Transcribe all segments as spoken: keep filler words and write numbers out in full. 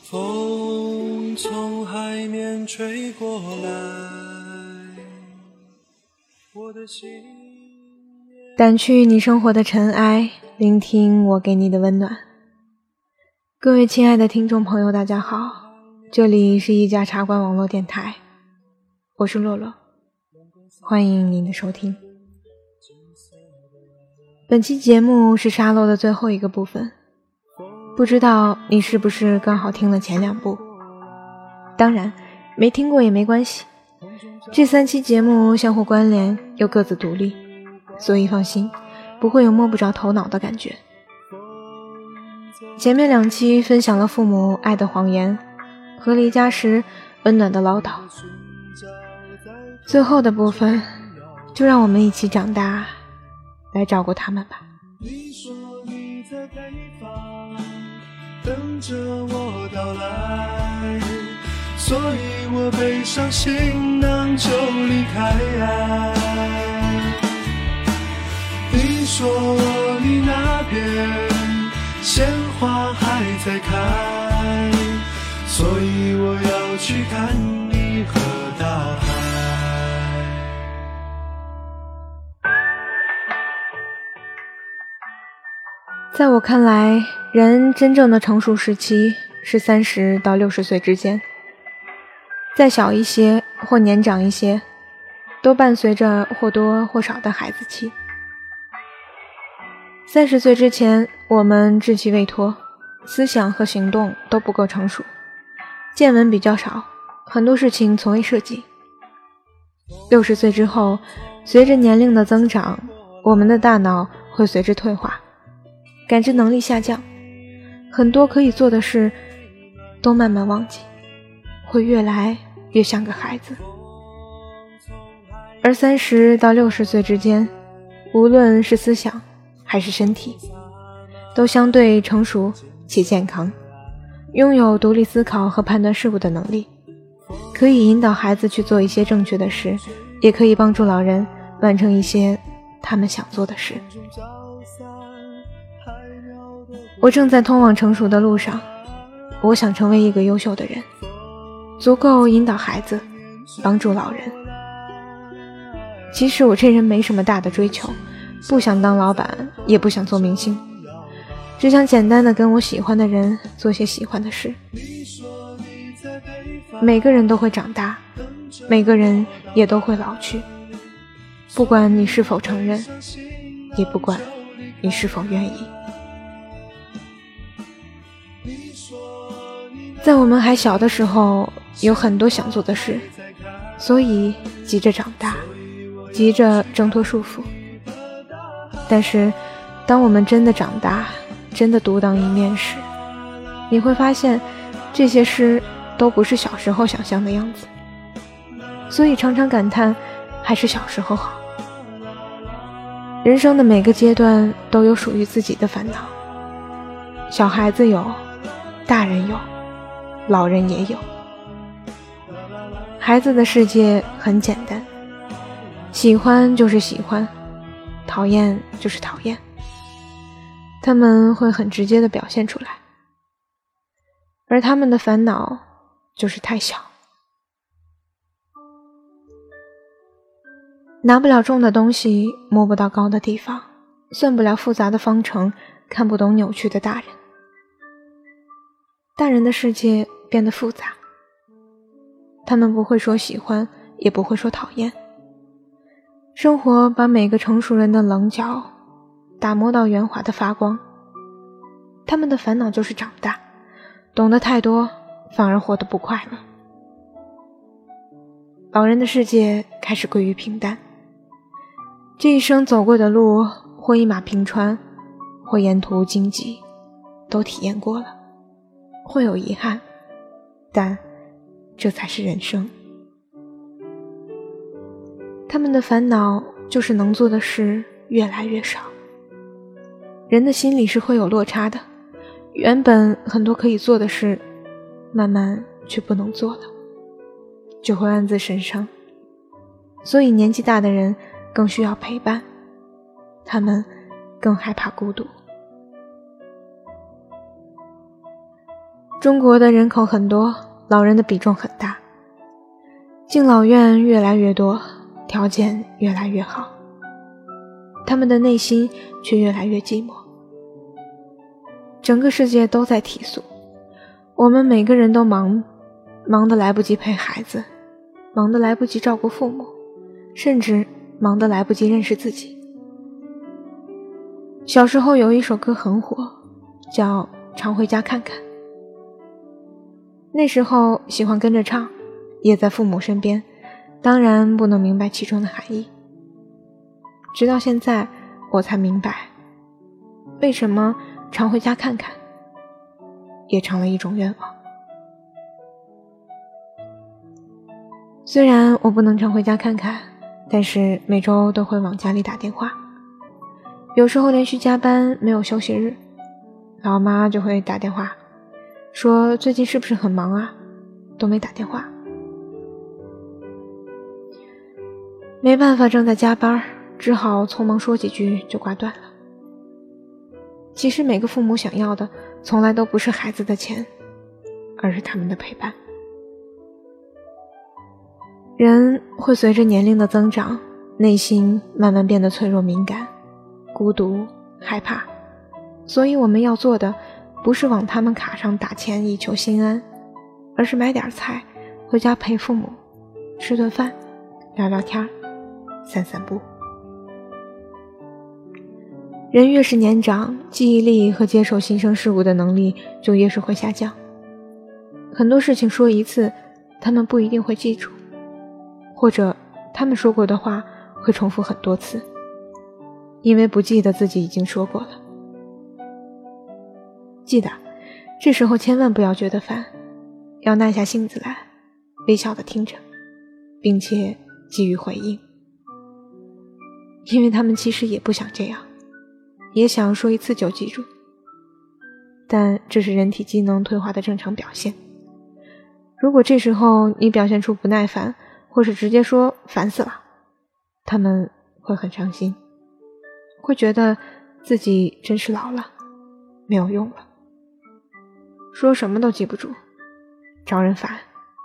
风从海面吹过来，我的心掸去你生活的尘埃，聆听我给你的温暖。各位亲爱的听众朋友，大家好，这里是一家茶馆网络电台，我是洛洛，欢迎您的收听。本期节目是沙漏的最后一个部分，不知道你是不是刚好听了前两部？当然，没听过也没关系，这三期节目相互关联又各自独立，所以放心，不会有摸不着头脑的感觉。前面两期分享了父母爱的谎言和离家时温暖的唠叨，最后的部分就让我们一起长大，来照顾他们吧。 你说你在北方等着我到来，所以我背上行囊就离开。你说你那边鲜花还在开，所以我要去看你和大海。 在我看来，人真正的成熟时期是三十到六十岁之间，再小一些或年长一些，都伴随着或多或少的孩子气。三十岁之前，我们稚气未脱，思想和行动都不够成熟，见闻比较少，很多事情从未涉及。六十岁之后，随着年龄的增长，我们的大脑会随之退化，感知能力下降，很多可以做的事都慢慢忘记，会越来越像个孩子。而三十到六十岁之间，无论是思想还是身体，都相对成熟且健康，拥有独立思考和判断事物的能力，可以引导孩子去做一些正确的事，也可以帮助老人完成一些他们想做的事。我正在通往成熟的路上，我想成为一个优秀的人，足够引导孩子，帮助老人。其实我这人没什么大的追求，不想当老板，也不想做明星，只想简单的跟我喜欢的人做些喜欢的事。每个人都会长大，每个人也都会老去，不管你是否承认，也不管你是否愿意。在我们还小的时候，有很多想做的事，所以急着长大，急着挣脱束缚。但是当我们真的长大，真的独当一面时，你会发现这些事都不是小时候想象的样子，所以常常感叹还是小时候好。人生的每个阶段都有属于自己的烦恼，小孩子有，大人有，老人也有。孩子的世界很简单，喜欢就是喜欢，讨厌就是讨厌，他们会很直接地表现出来，而他们的烦恼就是太小。拿不了重的东西，摸不到高的地方，算不了复杂的方程，看不懂扭曲的大人。大人的世界变得复杂，他们不会说喜欢，也不会说讨厌。生活把每个成熟人的棱角打磨到圆滑的发光，他们的烦恼就是长大，懂得太多，反而活得不快乐。老人的世界开始归于平淡，这一生走过的路，或一马平川，或沿途荆棘，都体验过了，会有遗憾，但这才是人生。他们的烦恼就是能做的事越来越少。人的心里是会有落差的，原本很多可以做的事，慢慢却不能做了，就会暗自神伤。所以年纪大的人更需要陪伴，他们更害怕孤独。 中国的人口很多，老人的比重很大，敬老院越来越多，条件越来越好，他们的内心却越来越寂寞。整个世界都在提速，我们每个人都忙，忙得来不及陪孩子，忙得来不及照顾父母，甚至忙得来不及认识自己。小时候有一首歌很火，叫《常回家看看》，那时候喜欢跟着唱，也在父母身边，当然不能明白其中的含义。直到现在我才明白，为什么常回家看看也成了一种愿望。虽然我不能常回家看看，但是每周都会往家里打电话，有时候连续加班没有休息日，老妈就会打电话说最近是不是很忙啊，都没打电话。没办法，正在加班，只好匆忙说几句就挂断了。其实每个父母想要的从来都不是孩子的钱，而是他们的陪伴。人会随着年龄的增长，内心慢慢变得脆弱敏感，孤独害怕，所以我们要做的不是往他们卡上打钱以求心安，而是买点菜回家陪父母吃顿饭，聊聊天，散散步。人越是年长，记忆力和接受新生事物的能力就越是会下降。很多事情说一次，他们不一定会记住，或者他们说过的话会重复很多次，因为不记得自己已经说过了。记得，这时候千万不要觉得烦，要耐下性子来，微笑地听着，并且给予回应。因为他们其实也不想这样，也想说一次就记住，但这是人体机能退化的正常表现。如果这时候你表现出不耐烦，或是直接说烦死了，他们会很伤心，会觉得自己真是老了，没有用了，说什么都记不住，招人烦。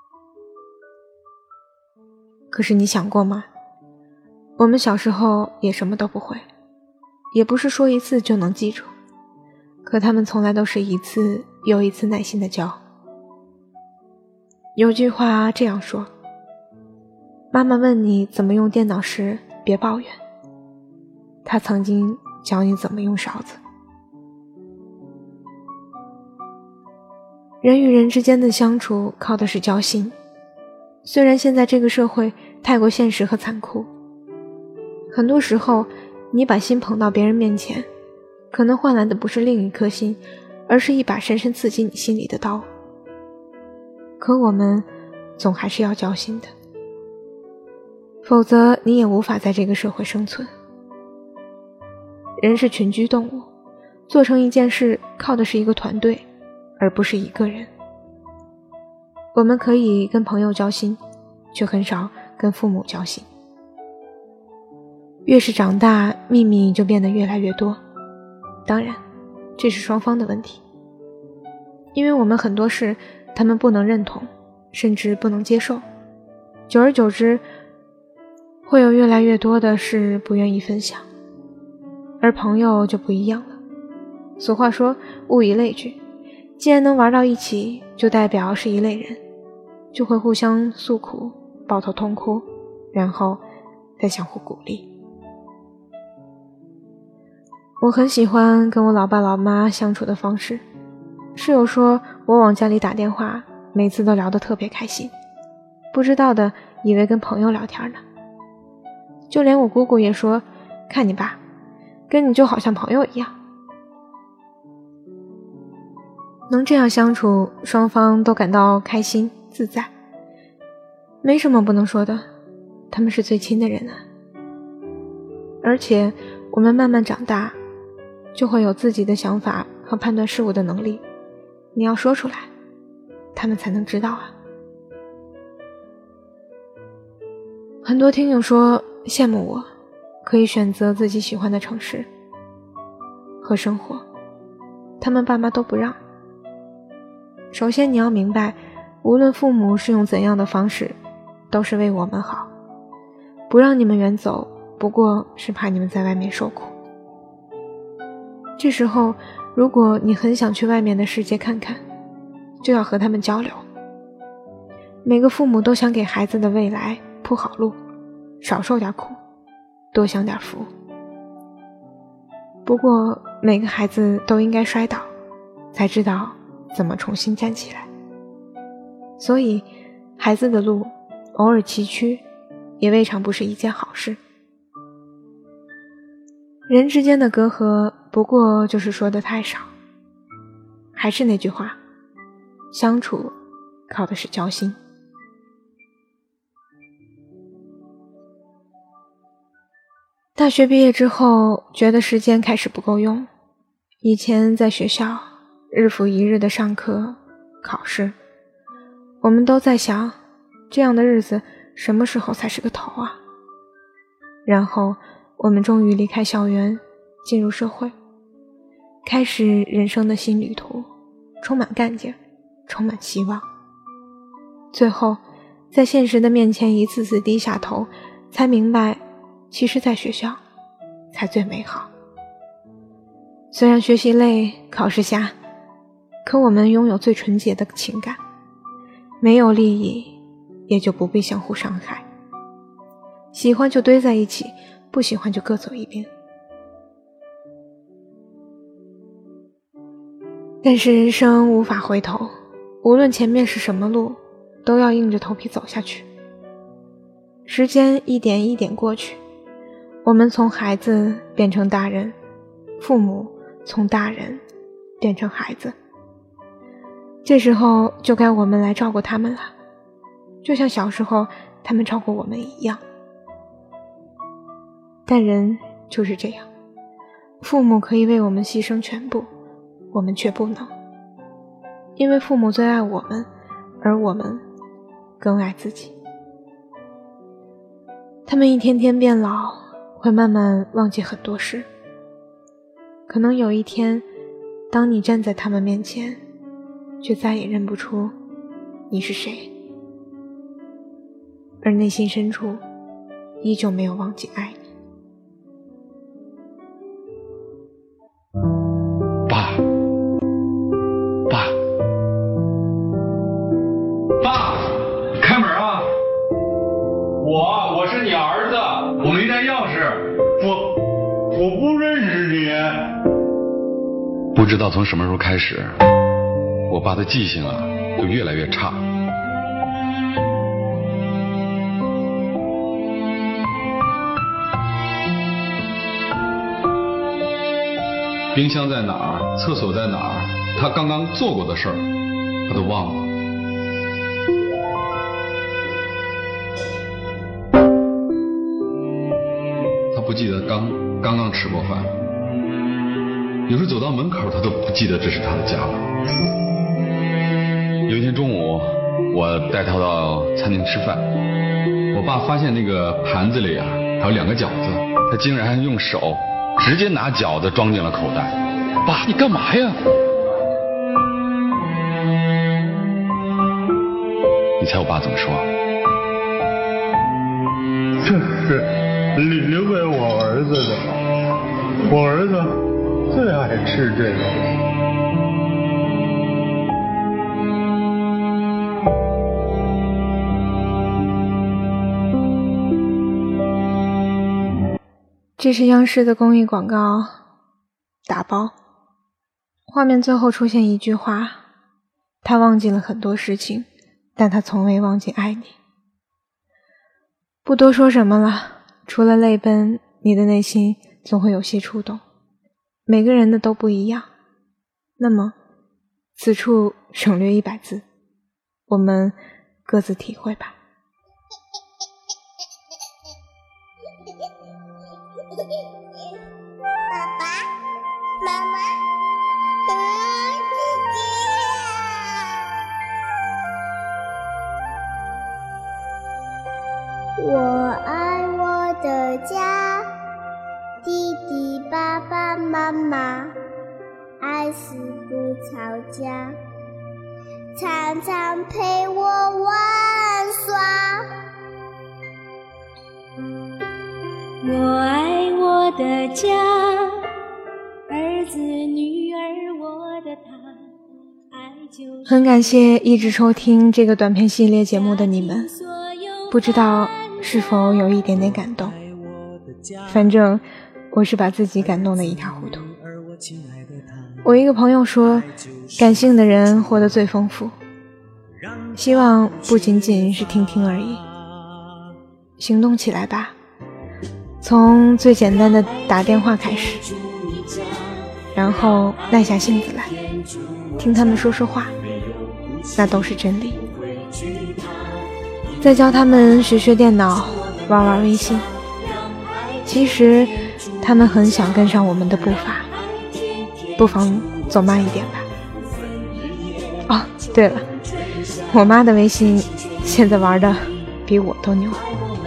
可是你想过吗？我们小时候也什么都不会，也不是说一次就能记住，可他们从来都是一次又一次耐心的教。有句话这样说，妈妈问你怎么用电脑时别抱怨，她曾经教你怎么用勺子。人与人之间的相处靠的是交心，虽然现在这个社会太过现实和残酷，很多时候你把心捧到别人面前，可能换来的不是另一颗心，而是一把深深刺进你心里的刀。可我们总还是要交心的，否则你也无法在这个社会生存。人是群居动物，做成一件事靠的是一个团队，而不是一个人。我们可以跟朋友交心，却很少跟父母交心。越是长大，秘密就变得越来越多。当然，这是双方的问题，因为我们很多事他们不能认同，甚至不能接受，久而久之，会有越来越多的事不愿意分享。而朋友就不一样了，俗话说物以类聚，既然能玩到一起，就代表是一类人，就会互相诉苦，抱头痛哭，然后再相互鼓励。我很喜欢跟我老爸老妈相处的方式，室友说我往家里打电话，每次都聊得特别开心，不知道的以为跟朋友聊天呢。就连我姑姑也说，看你爸跟你就好像朋友一样。能这样相处，双方都感到开心自在，没什么不能说的，他们是最亲的人啊。而且我们慢慢长大，就会有自己的想法和判断事物的能力，你要说出来，他们才能知道啊。很多听友说羡慕我可以选择自己喜欢的城市和生活，他们爸妈都不让。 首先你要明白，无论父母是用怎样的方式，都是为我们好，不让你们远走，不过是怕你们在外面受苦。这时候，如果你很想去外面的世界看看，就要和他们交流。每个父母都想给孩子的未来铺好路，少受点苦，多享点福。不过每个孩子都应该摔倒，才知道怎么重新站起来。所以孩子的路偶尔崎岖，也未尝不是一件好事。人之间的隔阂不过就是说的太少。还是那句话，相处靠的是交心。大学毕业之后，觉得时间开始不够用。以前在学校日复一日的上课考试，我们都在想，这样的日子什么时候才是个头啊？然后我们终于离开校园，进入社会，开始人生的新旅途，充满干劲，充满希望。最后在现实的面前一次次低下头，才明白其实在学校才最美好。虽然学习累，考试瞎，可我们拥有最纯洁的情感，没有利益，也就不必相互伤害。喜欢就堆在一起，不喜欢就各走一边。但是人生无法回头，无论前面是什么路，都要硬着头皮走下去。时间一点一点过去，我们从孩子变成大人，父母从大人变成孩子。这时候就该我们来照顾他们了，就像小时候他们照顾我们一样。但人就是这样，父母可以为我们牺牲全部，我们却不能。因为父母最爱我们，而我们更爱自己。他们一天天变老，会慢慢忘记很多事。可能有一天，当你站在他们面前，却再也认不出你是谁，而内心深处依旧没有忘记爱你。 爸，爸，爸，开门啊！我，我是你儿子，我没带钥匙。 我，我不认识你。 不知道从什么时候开始，我爸的记性啊，就越来越差。冰箱在哪儿，厕所在哪儿，他刚刚做过的事儿，他都忘了。他不记得刚刚刚吃过饭，有时走到门口，他都不记得这是他的家了。有一天中午，我带他到餐厅吃饭，我爸发现那个盘子里啊还有两个饺子，他竟然用手直接拿饺子装进了口袋。爸，你干嘛呀？你猜我爸怎么说？ 这是留给我儿子的，我儿子最爱吃这个。 这是央视的公益广告，打包。画面最后出现一句话，他忘记了很多事情，但他从未忘记爱你。不多说什么了，除了泪奔，你的内心总会有些触动。每个人的都不一样。那么，此处省略一百字，我们各自体会吧。 爸爸，妈妈，嗯，姐姐。我爱我的家，弟弟、爸爸妈妈，爱死不吵架。 常常陪我玩耍。 我爱我的家，儿子女儿我的他，爱就是很感谢一直收听这个短片系列节目的你们，不知道是否有一点点感动，反正我是把自己感动得一塌糊涂。我一个朋友说，感性的人活得最丰富，希望不仅仅是听听而已，行动起来吧，从最简单的打电话开始，然后耐下性子来听他们说说话，那都是真理。再教他们学学电脑，玩玩微信，其实他们很想跟上我们的步伐，不妨走慢一点吧。哦，对了，我妈的微信现在玩的比我都牛。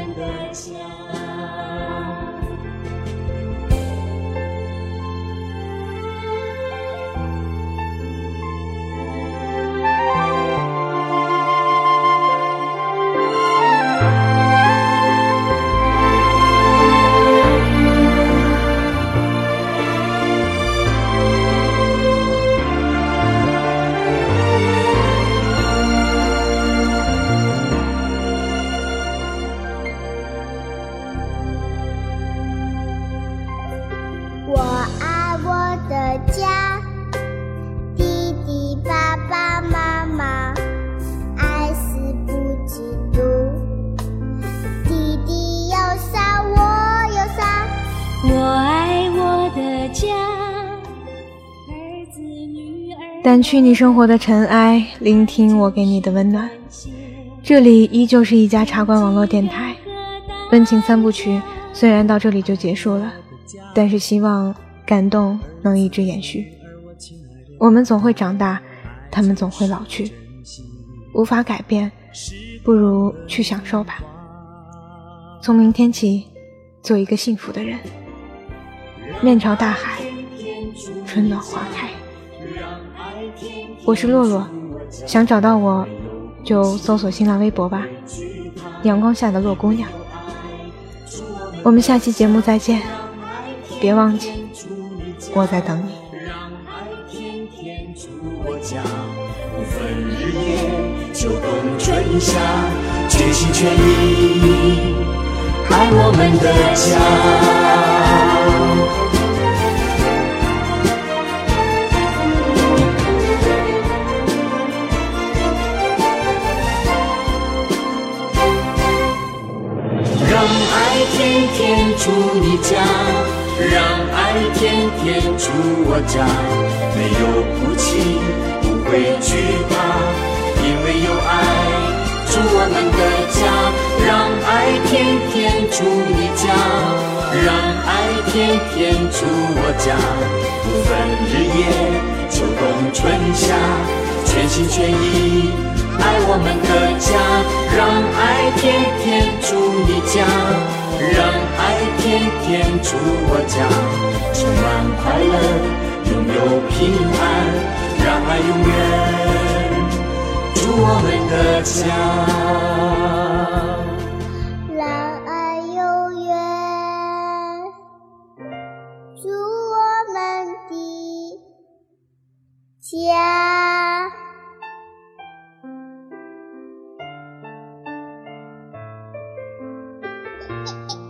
我爱我的家，弟弟爸爸妈妈，爱是不嫉妒，弟弟有啥我有啥。 我爱我的家，儿子女儿掸去你生活的尘埃，聆听我给你的温暖。这里依旧是一家茶馆网络电台，温情三部曲虽然到这里就结束了，但是希望感动能一直延续。我们总会长大，他们总会老去，无法改变，不如去享受吧。从明天起，做一个幸福的人，面朝大海，春暖花开。我是洛洛，想找到我就搜索新浪微博吧，阳光下的洛姑娘。我们下期节目再见，别忘记我在等你。 不分日夜，秋冬春夏，全心全意爱我们的家。让爱天天住你家，让爱天天住我家，没有哭泣，不会惧怕，因为有爱住我们的家。让爱天天住你家，让爱天天住我家，不分日夜，秋冬春夏，全心全意爱我们的家。让爱天天住你家，让爱天天住我家，充满快乐，拥有平安，让爱永远住我们的家。 让爱永远住我们的家。嘿嘿嘿